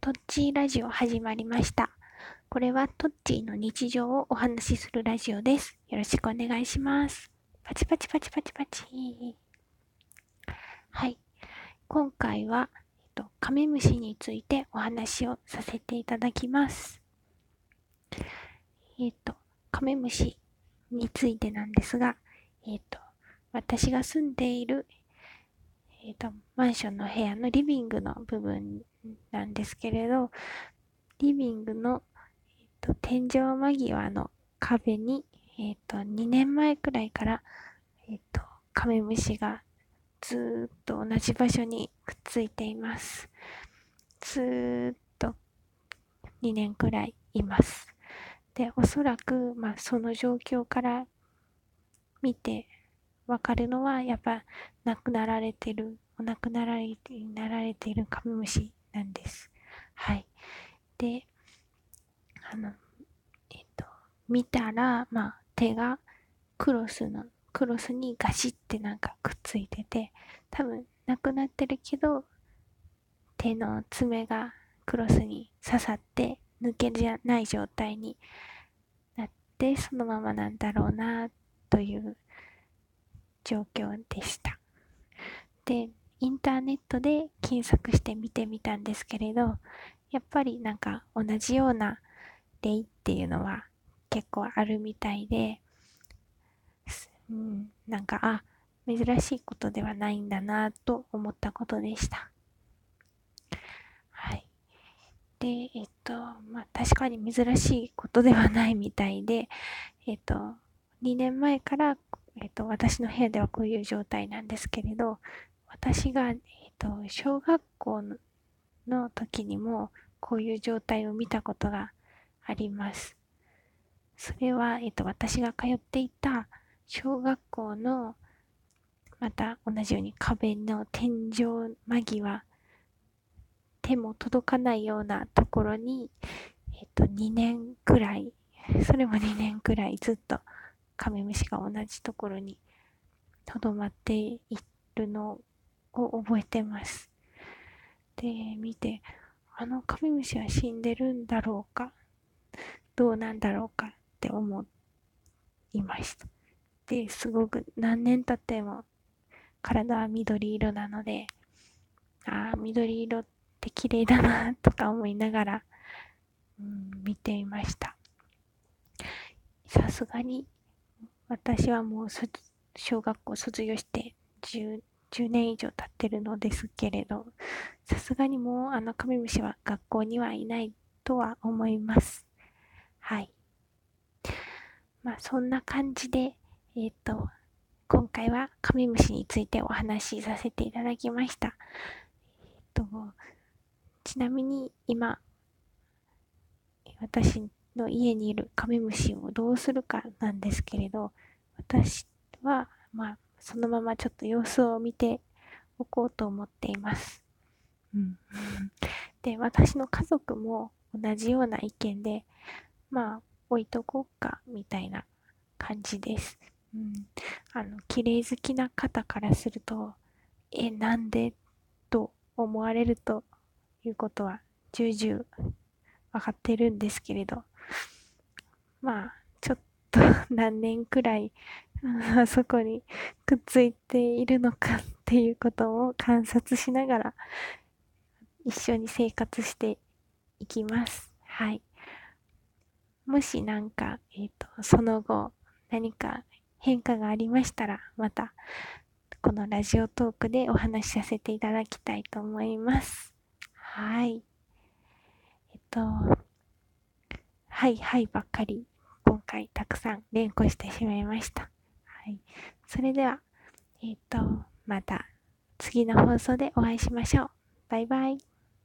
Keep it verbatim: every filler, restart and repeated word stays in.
トッチーラジオ始まりました。これはトッチーの日常をお話しするラジオです。よろしくお願いします。パチパチパチパチパチ。はい。今回は、えっと、カメムシについてお話をさせていただきます。えっと、カメムシについてなんですが、えっと、私が住んでいる、えっと、マンションの部屋のリビングの部分なんですけれど、リビングの、えっと、天井間際の壁に、えっと、にねんまえくらいから、えっと、カメムシがずーっと同じ場所にくっついています。ずーっとにねんくらいいます。で、おそらく、まあ、その状況から見てわかるのは、やっぱ亡くなられてる、お亡くなられてなられているカメムシなんです。はい。で、あの、えっと、見たら、まあ、手がクロスの、クロスにガシってなんかくっついてて、多分、なくなってるけど、手の爪がクロスに刺さって抜けじゃない状態になって、そのままなんだろうな、という状況でした。で、インターネットで検索して見てみたんですけれど、やっぱりなんか同じような例っていうのは結構あるみたいで、うん、なんか、あ、珍しいことではないんだなと思ったことでした。はい。で、えっと、まあ、確かに珍しいことではないみたいで、えっと、にねんまえから、えっと、私の部屋ではこういう状態なんですけれど、私が、えっと、小学校の時にもこういう状態を見たことがあります。それは、えっと、私が通っていた小学校のまた同じように壁の天井間際、手も届かないようなところに、えっと、にねんくらい、それもにねんくらいずっとカメムシが同じところにとどまっているのを覚えてます。で、見て、あのカメムシは死んでるんだろうか、どうなんだろうかって思いました。で、すごく何年経っても体は緑色なので、ああ、緑色って綺麗だなとか思いながら、うん、見ていました。さすがに私はもう小学校卒業してじゅう、じゅうねん以上経ってるのですけれど、さすがにもうあのカメムシは学校にはいないとは思います。はい。まあそんな感じで、えっと、今回はカメムシについてお話しさせていただきました。えっと、ちなみに今、私の家にいるカメムシをどうするかなんですけれど、私は、まあ、そのままちょっと様子を見ておこうと思っています。うん、で、私の家族も同じような意見で、まあ、置いとこうか、みたいな感じです。うん、あの、綺麗好きな方からすると、え、なんでと思われるということは重々わかってるんですけれど、まあ、ちょっと何年くらい、あそこにくっついているのかっていうことを観察しながら一緒に生活していきます。はい。もしなんか、えっと、その後何か変化がありましたら、またこのラジオトークでお話しさせていただきたいと思います。はい。えっと、はいはいばっかり今回たくさん連呼してしまいました。はい。それでは、えっと、また次の放送でお会いしましょう。バイバイ。